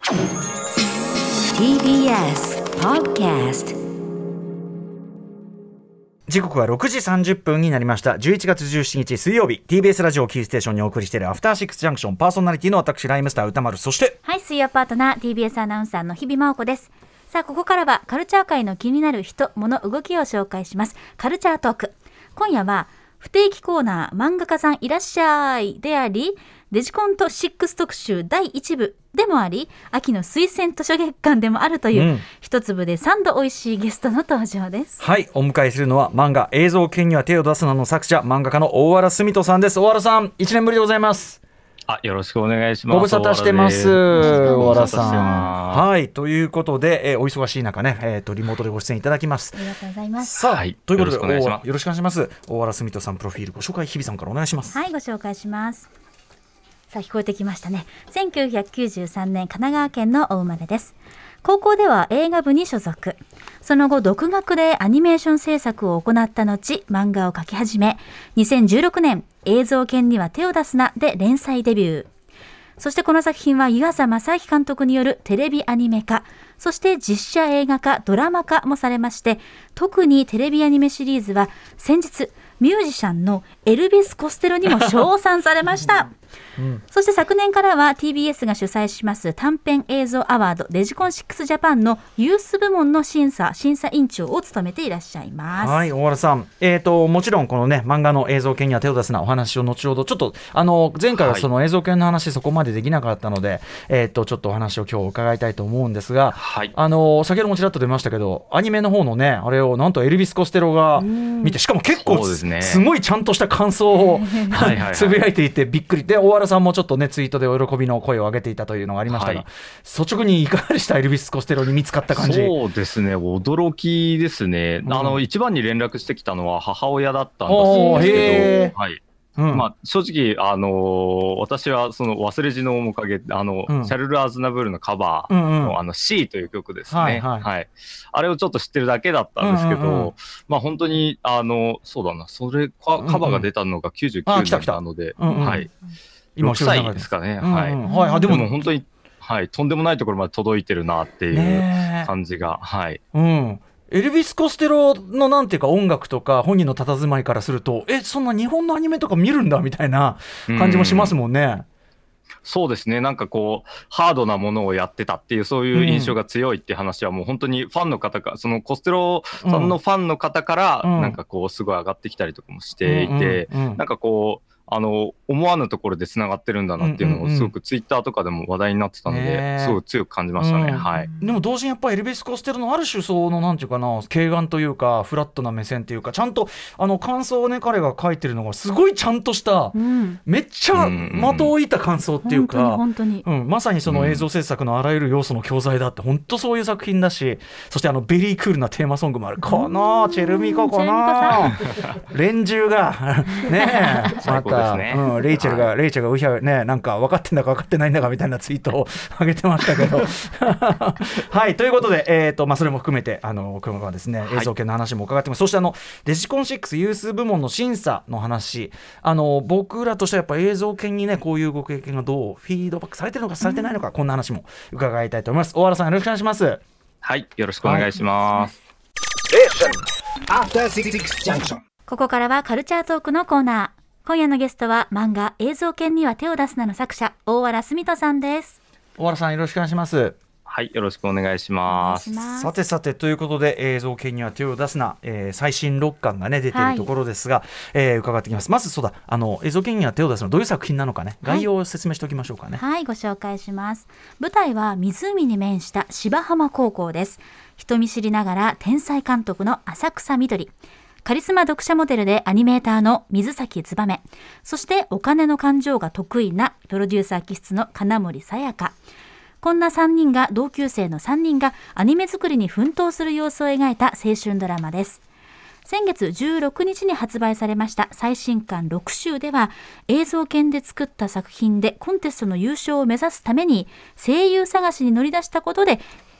TBS Podcast。 時刻は6時30分になりました。11月17日水曜日、 TBS ラジオキーステーションにお送りしているアフターシックスジャンクション、パーソナリティの私ライムスター歌丸、そしてはい、水曜パートナー TBS アナウンサーの日々真央子です。さあ、ここからはカルチャー界の気になる人物動きを紹介します。カルチャートーク。今夜は不定期コーナー漫画家さんいらっしゃいであり、デジコンと6特集第1部でもあり、秋の推薦図書月間でもあるという、一粒で3度美味しいゲストの登場です。 はい、お迎えするのは漫画映像権には手を出すなの作者、漫画家の大原澄人さんです。大原さん、1年ぶりでございます。 よろしくお願いします。 ご無沙汰してます、大原さん。 はい、ということで、お忙しい中ね、リモートでご出演いただきます。 ありがとうございます。 さあ、ということでよろしくお願いします。 よろしくお願いします。大原澄人さんプロフィールご紹介、日比さんからお願いします。 はい、ご紹介します。さあ、聞こえてきましたね。1993年神奈川県のお生まれです。高校では映画部に所属。その後独学でアニメーション制作を行った後、漫画を描き始め、2016年映像権には手を出すなで連載デビュー。そしてこの作品は湯浅正明監督によるテレビアニメ化、そして実写映画化、ドラマ化もされまして、特にテレビアニメシリーズは先日ミュージシャンのエルビス・コステロにも称賛されました。そして昨年からは TBS が主催します短編映像アワードデジコン6ジャパンのユース部門の審査委員長を務めていらっしゃいます。 はい、大原さん、もちろんこのね漫画の映像権には手を出すなお話を後ほどちょっと前回はその映像権の話そこまでできなかったので、ちょっとお話を今日伺いたいと思うんですが、 はい、 先ほどもちらっと出ましたけどアニメの方のねあれをなんとエルビス・コステロが見て、しかも結構 すごいちゃんとした感想をつぶやいていてびっくりで、大原さんもちょっとねツイートでお喜びの声を上げていたというのがありましたが、率直にいかがでした？エルビス・コステロに見つかった感じ。 そうですね、驚きですね。一番に連絡してきたのは母親だったんですけど、はい、正直私はその忘れじの面影、シャルル・アズナブールのカバーの、C という曲ですね、あれをちょっと知ってるだけだったんですけど、本当にそうだな、それカバーが出たのが99年なので、6歳ですかね。でも本当に、とんでもないところまで届いてるなっていう感じが、 エルビス・コステロのなんていうか音楽とか本人の佇まいからすると、そんな日本のアニメとか見るんだみたいな感じもしますもんね。 そうですね、なんかこうハードなものをやってたっていうそういう印象が強いっていう話はもう本当にファンの方かそのコステロさんのファンの方からなんかこうすごい上がってきたりとかもしていて、なんかこう思わぬところでつながってるんだなっていうのをすごくツイッターとかでも話題になってたので、すごく強く感じましたね。 でも同時にやっぱりエルビス・コステロのある種そのなんていうかな、軽眼というかフラットな目線というか、ちゃんと感想をね彼が書いてるのがすごいちゃんとした、めっちゃ的を射た感想っていうか、まさにその映像制作のあらゆる要素の教材だって、本当そういう作品だし、そしてベリークールなテーマソングもある。このチェルミコこの連中がねまたレイチェルがうひゃね、なんか分かってんだか分かってないんだかみたいなツイートを上げてましたけどはい、ということで、それも含めて今日はですね映像系の話も伺ってます。そしてデジコン6ユース部門の審査の話、僕らとしてはやっぱ映像系にねこういうご経験がどうフィードバックされてるのかされてないのか、こんな話も伺いたいと思います。大原さん、よろしくお願いします。 はい、よろしくお願いします。 ここからはカルチャートークのコーナー。今夜のゲストは漫画映像権には手を出すなの作者、大原澄人さんです。 大原さん、よろしくお願いします。 はい、よろしくお願いします。 さてということで映像権には手を出すな、最新6巻がね出ているところですが、伺ってきます。まずそうだ、映像権には手を出すのどういう作品なのかね、概要を説明しておきましょうかね。 はい、ご紹介します。舞台は湖に面した芝浜高校です。人見知りながら天才監督の浅草みどり、カリスマ読者モデルでアニメーターの水崎燕、そしてお金の感情が得意なプロデューサー気質の金森さやか。こんな同級生の3人がアニメ作りに奮闘する様子を描いた青春ドラマです。先月16日に発売されました最新刊6週では、映像権で作った作品でコンテストの優勝を目指すために声優探しに乗り出したことで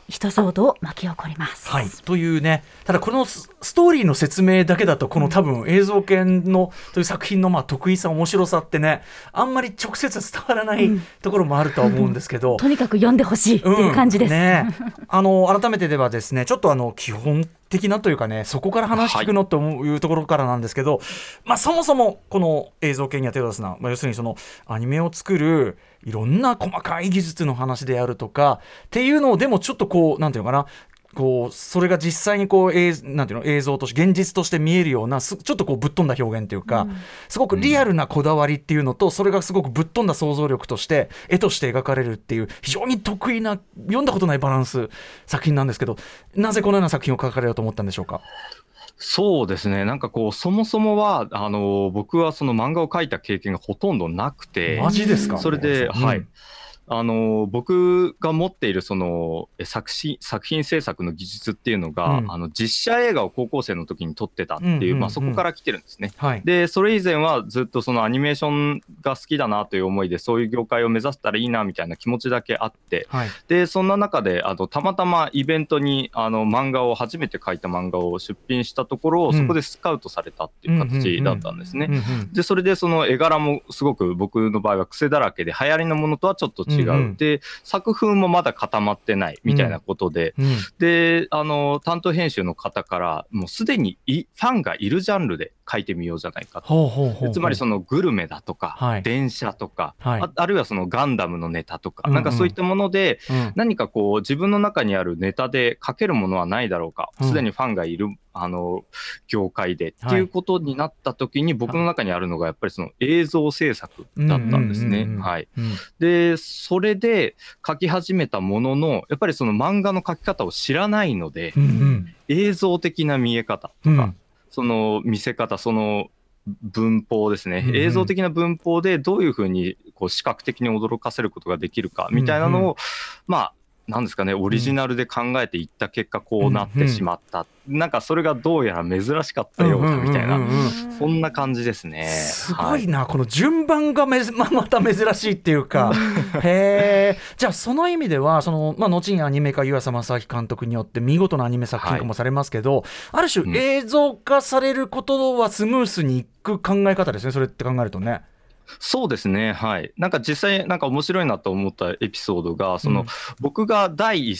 人騒動巻き起こります。 はい、というね、ただこのストーリーの説明だけだとこの多分映像系のという作品の得意さ面白さってね、あんまり直接伝わらないところもあるとは思うんですけど、 とにかく読んでほしいっていう感じです、 ね、改めてではですね、ちょっと基本的なというかね、そこから話聞くのというところからなんですけど、そもそもこの映像系には手を出すな、要するにそのアニメを作るいろんな細かい技術の話であるとかっていうのを、でもちょっとなんていうのかな、それが実際になんていうの、映像として現実として見えるようなちょっとぶっ飛んだ表現というか、すごくリアルなこだわりっていうのと、それがすごくぶっ飛んだ想像力として絵として描かれるっていう非常に得意な、読んだことないバランス作品なんですけど、なぜこのような作品を書かれようと思ったんでしょうか。 そうですね、なんかそもそもは僕はその漫画を描いた経験がほとんどなくて。 マジですか。 それで、はい、僕が持っているその作品制作の技術っていうのが、実写映画を高校生の時に撮ってたっていう、そこから来てるんですね。はい、でそれ以前はずっとそのアニメーションが好きだなという思いで、そういう業界を目指せたらいいなみたいな気持ちだけあって、はい、でそんな中でたまたまイベントに漫画を初めて描いた漫画を出品したところ、そこでスカウトされたっていう形だったんですね。でそれでその絵柄もすごく僕の場合は癖だらけで、流行りのものとはちょっと違う、で作風もまだ固まってないみたいなことで、で担当編集の方からもうすでにファンがいるジャンルで書いてみようじゃないかと。つまりそのグルメだとか、はい、電車とか、はい、あるいはそのガンダムのネタとか、なんかそういったもので、何か自分の中にあるネタで書けるものはないだろうか、すでにファンがいる業界でっていうことになった時に、僕の中にあるのがやっぱりその映像制作だったんですね。でそれで書き始めたものの、やっぱりその漫画の書き方を知らないので、映像的な見え方とか、その見せ方、その文法ですね、映像的な文法でどういうふうに視覚的に驚かせることができるかみたいなのを、なんですかね、オリジナルで考えていった結果こうなってしまった、なんかそれがどうやら珍しかったようだみたいな、そんな感じですね。 すごいな、この順番がまた珍しいっていうかへー。じゃあその意味では後にアニメ化湯浅正明監督によって見事なアニメ作品化もされますけど、ある種映像化されることはスムースにいく考え方ですね、それって考えるとね。 そうですね、はい、なんか実際なんか面白いなと思ったエピソードが、僕が第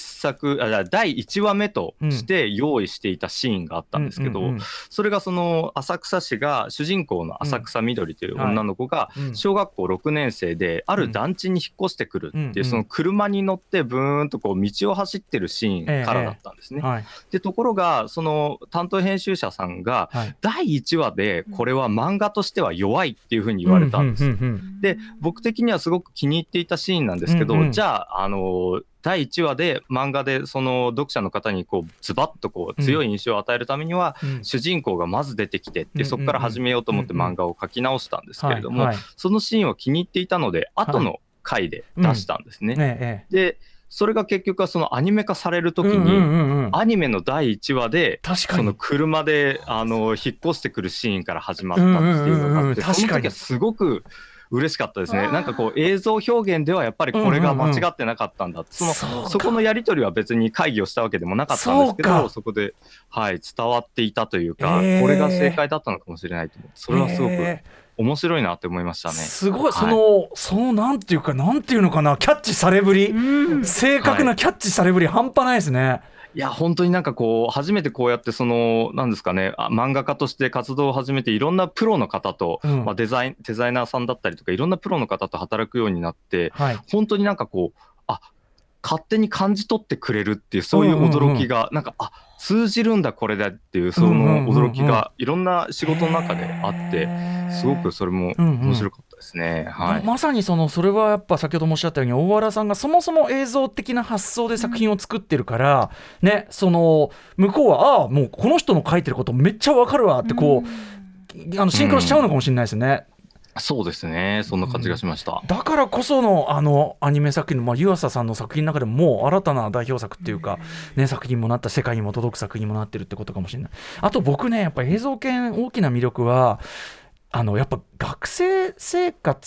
1話目として用意していたシーンがあったんですけど、それがその浅草市が、主人公の浅草みどりという女の子が小学校6年生である団地に引っ越してくるっていう、その車に乗ってブーンと道を走ってるシーンからだったんですね。でところがその担当編集者さんが、第1話でこれは漫画としては弱いっていうふうに言われたんです。で僕的にはすごく気に入っていたシーンなんですけど、じゃあ第1話で漫画でその読者の方にズバッと強い印象を与えるためには、主人公がまず出てきてってそこから始めようと思って漫画を書き直したんですけれども、そのシーンを気に入っていたので後の回で出したんですね。でそれが結局はそのアニメ化される時に、アニメの第1話でその車で引っ越してくるシーンから始まったっていうのがあって、その時はすごく嬉しかったですね。なんか映像表現ではやっぱりこれが間違ってなかったんだ、そこのやり取りは別に会議をしたわけでもなかったんですけど、そこで、伝わっていたというか、これが正解だったのかもしれないと思って、それはすごく面白いなって思いましたね。 すごい、そのなんていうのかな、キャッチされぶり、正確なキャッチされぶり、半端ないですね。 いや本当になんか初めてこうやってなんですかね、漫画家として活動を始めて、いろんなプロの方と、デザイナーさんだったりとかいろんなプロの方と働くようになって、本当になんか勝手に感じ取ってくれるっていう、そういう驚きがなんか通じるんだこれだっていう、その驚きがいろんな仕事の中であって、すごくそれも面白かったですね。 まさにそれはやっぱ先ほどもおっしゃったように、大原さんがそもそも映像的な発想で作品を作ってるから、ね、向こうはもうこの人の書いてることめっちゃわかるわってシンクロしちゃうのかもしれないですね。 そうですね、そんな感じがしました。 だからこそのアニメ作品の、湯浅さんの作品の中でももう新たな代表作っていうか、作品にもなった、世界にも届く作品にもなってるってことかもしれない。あと僕ね、やっぱ映像系大きな魅力はやっぱ学生生活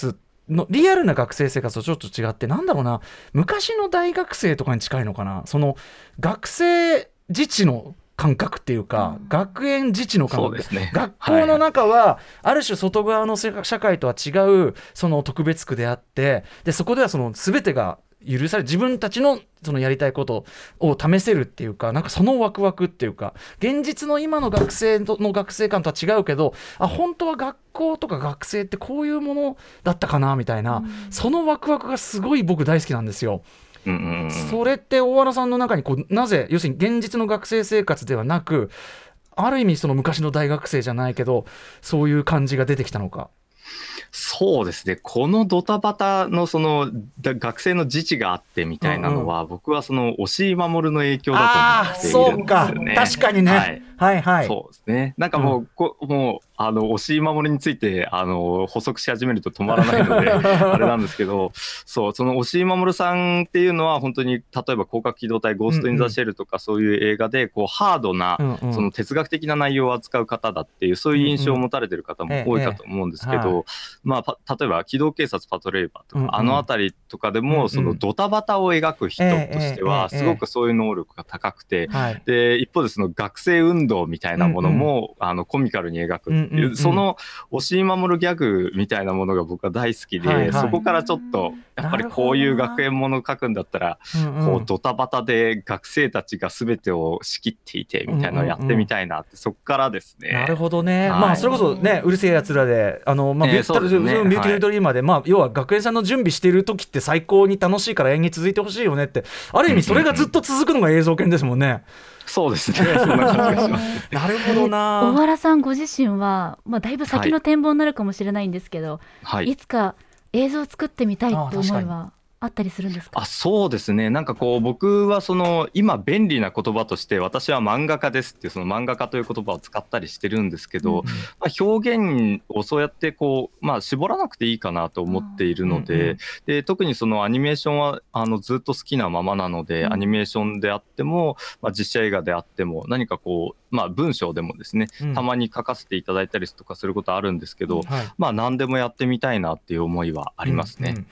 のリアルな学生生活とちょっと違って、なんだろうな、昔の大学生とかに近いのかな、その学生自治の感覚っていうか、学園自治の感覚、 そうですね、 学校の中はある種外側の社会とは違うその特別区であって、でそこではその全てが許され、自分たちのそのやりたいことを試せるっていうか、なんかそのワクワクっていうか、現実の今の学生の学生観とは違うけど、本当は学校とか学生ってこういうものだったかなみたいな、そのワクワクがすごい僕大好きなんですよ。それって大原さんの中になぜ、要するに現実の学生生活ではなく、ある意味その昔の大学生じゃないけどそういう感じが出てきたのか。 そうですね、このドタバタのその学生の自治があってみたいなのは、僕はその押井守の影響だと思っているんですよね。 そうか、確かにね、はいはい、 そうですね、なんかもう押井守について補足し始めると止まらないのであれなんですけど、その押井守さんっていうのは本当に例えば広角機動隊ゴースト・イン・ザ・シェルとかそういう映画でハードなその哲学的な内容を扱う方だっていう、そういう印象を持たれてる方も多いかと思うんですけど、例えば機動警察パトレイバーとか、あの辺りとかでもそのドタバタを描く人としてはすごくそういう能力が高くて、で一方でその学生運動みたいなものもコミカルに描くっていう、その押井守ギャグみたいなものが僕は大好きで、そこからちょっとやっぱりこういう学園ものを書くんだったらドタバタで学生たちが全てを仕切っていてみたいなのをやってみたいなって、そこからですね。 なるほどね、それこそね、うるせえやつらでビューティフルドリーマーで、要は学園さんの準備している時って最高に楽しいから永遠に続いてほしいよねって、ある意味それがずっと続くのが映像研ですもんね。 そうですね、そんな感じがしますなるほどな。 大原さんご自身は、だいぶ先の展望になるかもしれないんですけど、いつか映像を作ってみたいって思いはあったりするんですか？ そうですね、なんか僕はその今便利な言葉として私は漫画家ですっていうその漫画家という言葉を使ったりしてるんですけど、表現をそうやって絞らなくていいかなと思っているので、特にそのアニメーションはずっと好きなままなので、アニメーションであっても、実写映画であっても何か文章でもですね、たまに書かせていただいたりとかすることあるんですけど、何でもやってみたいなっていう思いはありますね。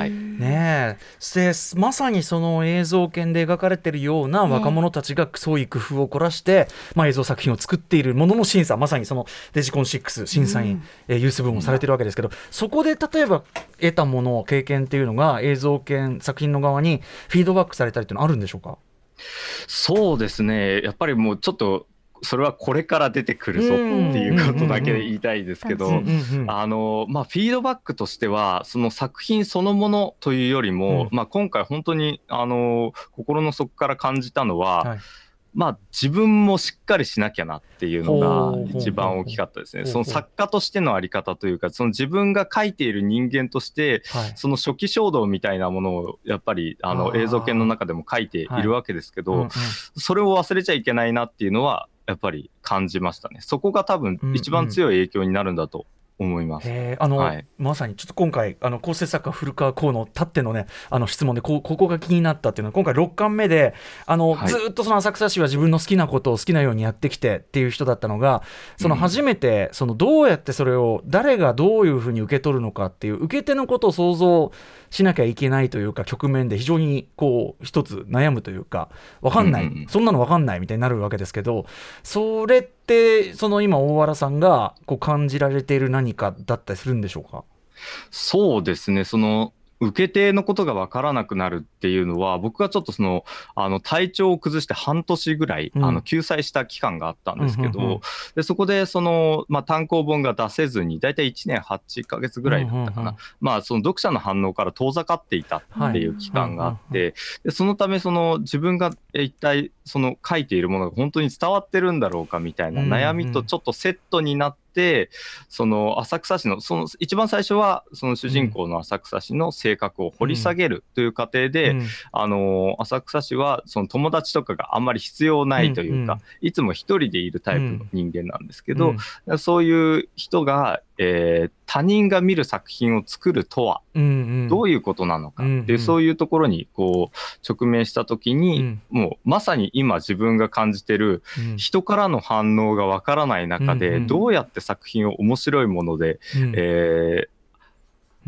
まさにその映像研で描かれているような若者たちが創意工夫を凝らして、映像作品を作っているものの審査、まさにそのデジコン6審査員、ユース部門されているわけですけど、そこで例えば得たもの経験っていうのが映像研作品の側にフィードバックされたりっていうのはあるんでしょうか？ そうですね、やっぱりもうちょっとそれはこれから出てくるぞっていうことだけ言いたいですけど、フィードバックとしてはその作品そのものというよりも、今回本当に心の底から感じたのは、自分もしっかりしなきゃなっていうのが一番大きかったですね。その作家としてのあり方というか、その自分が書いている人間として、その初期衝動みたいなものをやっぱり映像研の中でも書いているわけですけど、それを忘れちゃいけないなっていうのはやっぱり感じましたね。そこが多分一番強い影響になるんだと思います。 まさにちょっと今回構成作家古川光のたってのね質問でここが気になったっていうのは、今回6巻目でずっとその浅草市は自分の好きなことを好きなようにやってきてっていう人だったのが、その初めてそのどうやってそれを誰がどういうふうに受け取るのかっていう受け手のことを想像しなきゃいけないというか局面で非常に一つ悩むというか、分かんない、そんなの分かんないみたいになるわけですけど、それってその今大原さんが感じられている何かだったりするんでしょうか？ そうですね、その受け手のことが分からなくなるっていうのは、僕がちょっと体調を崩して半年ぐらい休載した期間があったんですけど、でそこで単行本が出せずにだいたい1年8ヶ月ぐらいだったかな、その読者の反応から遠ざかっていたっていう期間があって、でそのため自分が一体書いているものが本当に伝わってるんだろうかみたいな悩みとちょっとセットになって、浅草市の一番最初はその主人公の浅草市の性格を掘り下げるという過程で、浅草市はその友達とかがあんまり必要ないというか、いつも一人でいるタイプの人間なんですけど、そういう人が他人が見る作品を作るとはどういうことなのかっていう、そういうところに直面した時に、もうまさに今自分が感じてる人からの反応がわからない中で、どうやって作品を面白いもので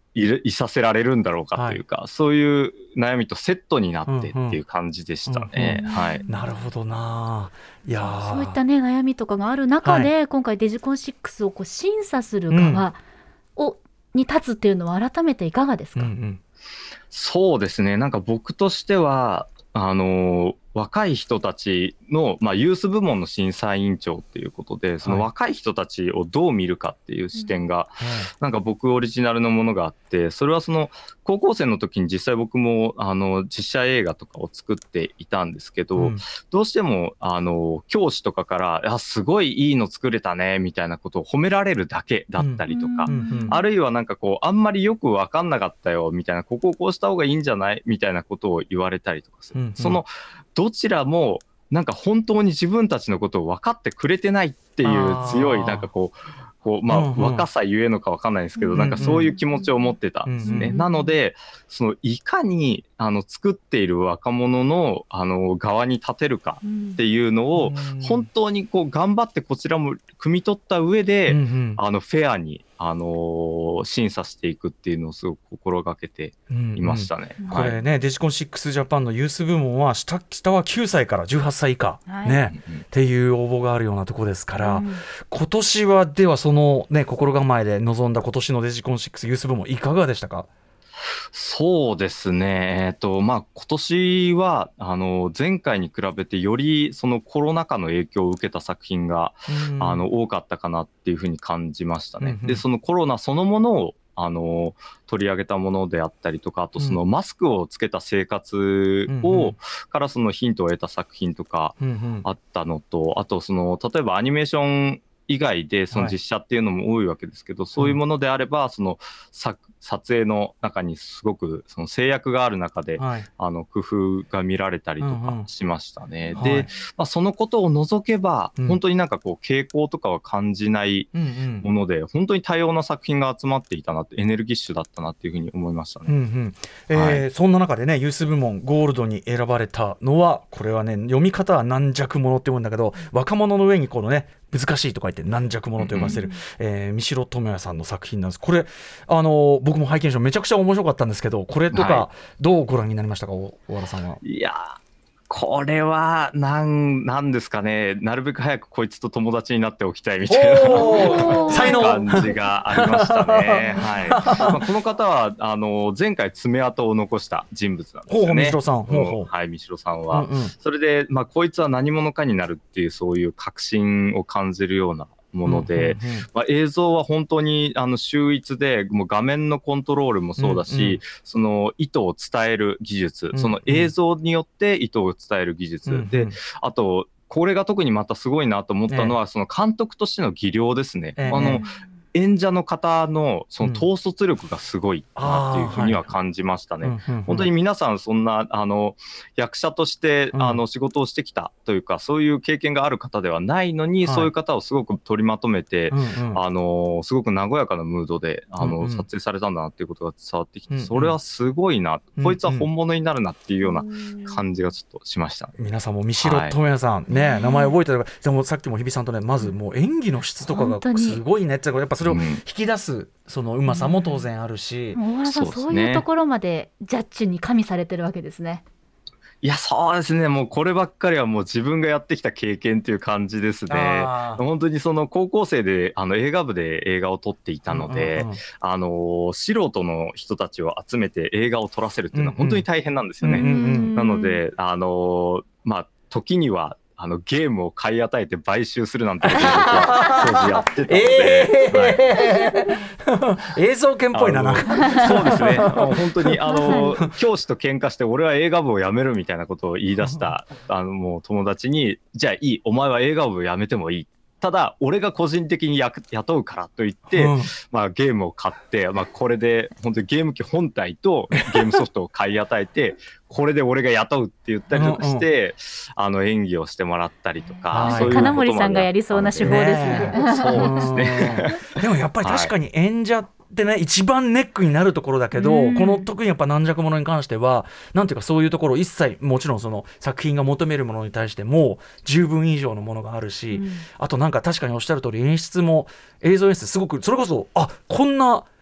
いさせられるんだろうかというか、そういう悩みとセットになってっていう感じでしたね。 なるほどな。いやそういったね悩みとかがある中で、今回デジコン6をこう審査する側に立つっていうのは改めていかがですか？ そうですね、なんか僕としては若い人たちの、ユース部門の審査委員長っていうことで、その若い人たちをどう見るかっていう視点が、なんか僕オリジナルのものがあって、それはその高校生の時に実際僕も実写映画とかを作っていたんですけど、どうしても教師とかからすごいいいの作れたねみたいなことを褒められるだけだったりとか、あるいはなんかこうあんまりよく分かんなかったよみたいな、ここをこうした方がいいんじゃないみたいなことを言われたりとかする。そのどちらもなんか本当に自分たちのことを分かってくれてないっていう強いなんかこう若さゆえのか分かんないですけど、なんかそういう気持ちを持ってたんですね。なのでそのいかに作っている若者の側に立てるかっていうのを本当にこう頑張ってこちらも汲み取った上でフェアに審査していくっていうのをすごく心がけていましたね。 これね、デジコン6ジャパンのユース部門は下は9歳から18歳以下、っていう応募があるようなところですから、今年はではそのね心構えで臨んだ今年のデジコン6ユース部門いかがでしたか？ そうですね、今年は前回に比べてよりそのコロナ禍の影響を受けた作品が多かったかなっていうふうに感じましたね。でそのコロナそのものを取り上げたものであったりとか、あとそのマスクをつけた生活からそのヒントを得た作品とかあったのと、あとその例えばアニメーション以外でその実写っていうのも多いわけですけど、そういうものであればその撮影の中にすごくその制約がある中で、工夫が見られたりとかしましたね。で、そのことを除けば、本当になんかこう傾向とかは感じないもので、本当に多様な作品が集まっていたなって、エネルギッシュだったなっていうふうに思いましたね。 そんな中でねユース部門ゴールドに選ばれたのは、これはね読み方は軟弱者って思うんだけど、若者の上にこのね難しいと書いて軟弱者と呼ばせる、三城智也さんの作品なんです。これ僕も拝見してめちゃくちゃ面白かったんですけど、これとかどうご覧になりましたか、大原さんは。 いやこれはなんですかね、なるべく早くこいつと友達になっておきたいみたいな感じがありましたね。この方は前回爪痕を残した人物なんですよね。 三城さん。 三城さんは、それで、こいつは何者かになるっていうそういう確信を感じるようなもので、映像は本当に秀逸で、もう画面のコントロールもそうだし、その意図を伝える技術、その映像によって意図を伝える技術、であとこれが特にまたすごいなと思ったのは、その監督としての技量ですね。演者の方のその統率力がすごいなっていうふうには感じましたね。本当に皆さんそんな役者として仕事をしてきたというか、そういう経験がある方ではないのに、そういう方をすごく取りまとめて、すごく和やかなムードで撮影されたんだなっていうことが伝わってきて、それはすごいな、こいつは本物になるなっていうような感じがちょっとしました。 皆さんも三城智也さんね、名前覚えてるから、でもさっきも日比さんとね、まずもう演技の質とかがすごいねって、やっぱそれを引き出すそのうまさも当然あるし、 大原さん、そういうところまでジャッジに加味されてるわけですね。 いやそうですね、もうこればっかりはもう自分がやってきた経験っていう感じですね。本当にその高校生で映画部で映画を撮っていたので、素人の人たちを集めて映画を撮らせるっていうのは本当に大変なんですよね。なので時にはゲームを買い与えて買収するなんてことを僕は当時やってたので、 映像犬っぽいな。 そうですね、本当に教師と喧嘩して俺は映画部を辞めるみたいなことを言い出したもう友達に、じゃあいい、お前は映画部を辞めてもいい、ただ俺が個人的に雇うからと言って、ゲームを買って、これで本当にゲーム機本体とゲームソフトを買い与えてこれで俺が雇うって言ったりとかして、演技をしてもらったりとか、そういう金森さんがやりそうな手法ですね。 そうですね。 でもやっぱり確かに演者ってね、一番ネックになるところだけど、この特にやっぱ軟弱者に関してはなんていうか、そういうところ一切もちろんその作品が求めるものに対しても十分以上のものがあるし、あとなんか確かにおっしゃる通り演出も映像演出すごく、それこそこんな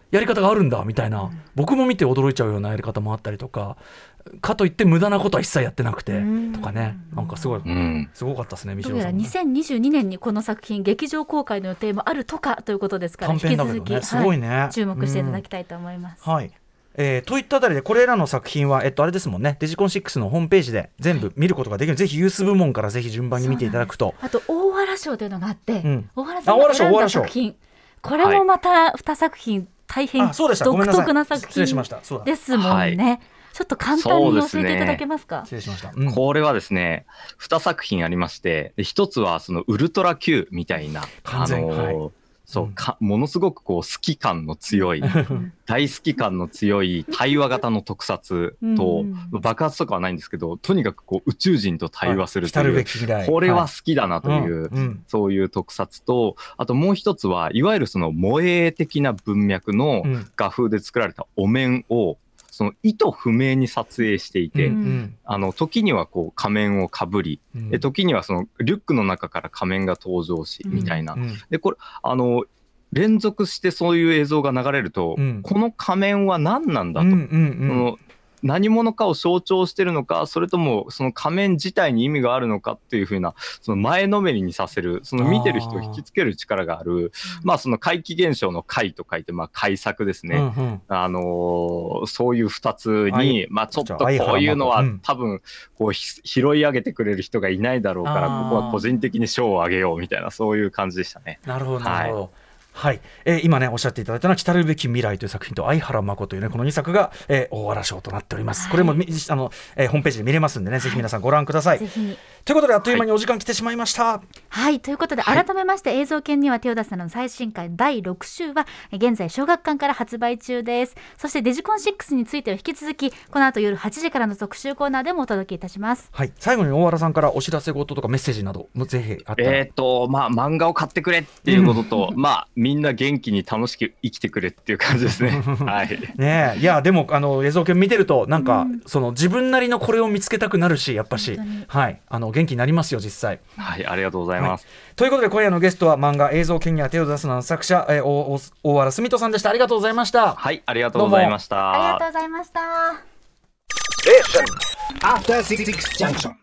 やり方があるんだみたいな、僕も見て驚いちゃうようなやり方もあったりとか、かといって無駄なことは一切やってなくてとかね、なんかすごい、すごかったですね。 どうやら2022年にこの作品劇場公開の予定もあるとかということですから、 短編だけどね、 引き続き、 すごいね、 注目していただきたいと思います。 はい。といったあたりでこれらの作品は、あれですもんね、デジコン6のホームページで全部見ることができる、ぜひユース部門からぜひ順番に見ていただくと。 あと大原賞というのがあって、大原さんが選んだ作品、これもまた2作品大変独特な作品ですもんね。ちょっと簡単に教えていただけますか。 失礼しました。 これはですね、2作品ありまして、1つはそのウルトラ Q みたいな、ものすごくこう好き感の強い大好き感の強い対話型の特撮と、爆発とかはないんですけど、とにかくこう宇宙人と対話するという、これは好きだなという、そういう特撮と、あともう一つはいわゆるその萌え的な文脈の画風で作られたお面をその意図不明に撮影していて、時にはこう仮面をかぶり、時にはそのリュックの中から仮面が登場しみたいな、でこれ連続してそういう映像が流れると、この仮面は何なんだと、何者かを象徴してるのか、それともその仮面自体に意味があるのかっていう風な、その前のめりにさせる、その見てる人を引きつける力がある、その怪奇現象の怪と書いて怪作ですね。そういう2つに、ちょっとこういうのは多分こう拾い上げてくれる人がいないだろうから、ここは個人的に賞をあげようみたいな、そういう感じでしたね。 なるほどなるほど。はい、今ねおっしゃっていただいたのは来たるべき未来という作品と相原真子というね、この2作が、大原賞となっております。これもホームページで見れますんでね、ぜひ皆さんご覧ください。ということであっという間にお時間来てしまいました。 はい、ということで改めまして、映像研には手を出すの最新回第6週は現在小学館から発売中です。そしてデジコン6については引き続きこの後夜8時からの特集コーナーでもお届けいたします。 はい、最後に大原さんからお知らせ事とかメッセージなどもぜひあったら。 漫画を買ってくれっていうことと、みんな元気に楽しく生きてくれっていう感じですね。はい。 ねえ、いやでも映像研見てるとなんか、その自分なりのこれを見つけたくなるし、やっぱし、はい、元気になりますよ実際。 はい、ありがとうございます。 ということで今夜のゲストは漫画映像研には手を出すの作者、大原澄人さんでした。ありがとうございました。 はい、ありがとうございました。 ありがとうございました。 After 66 junction.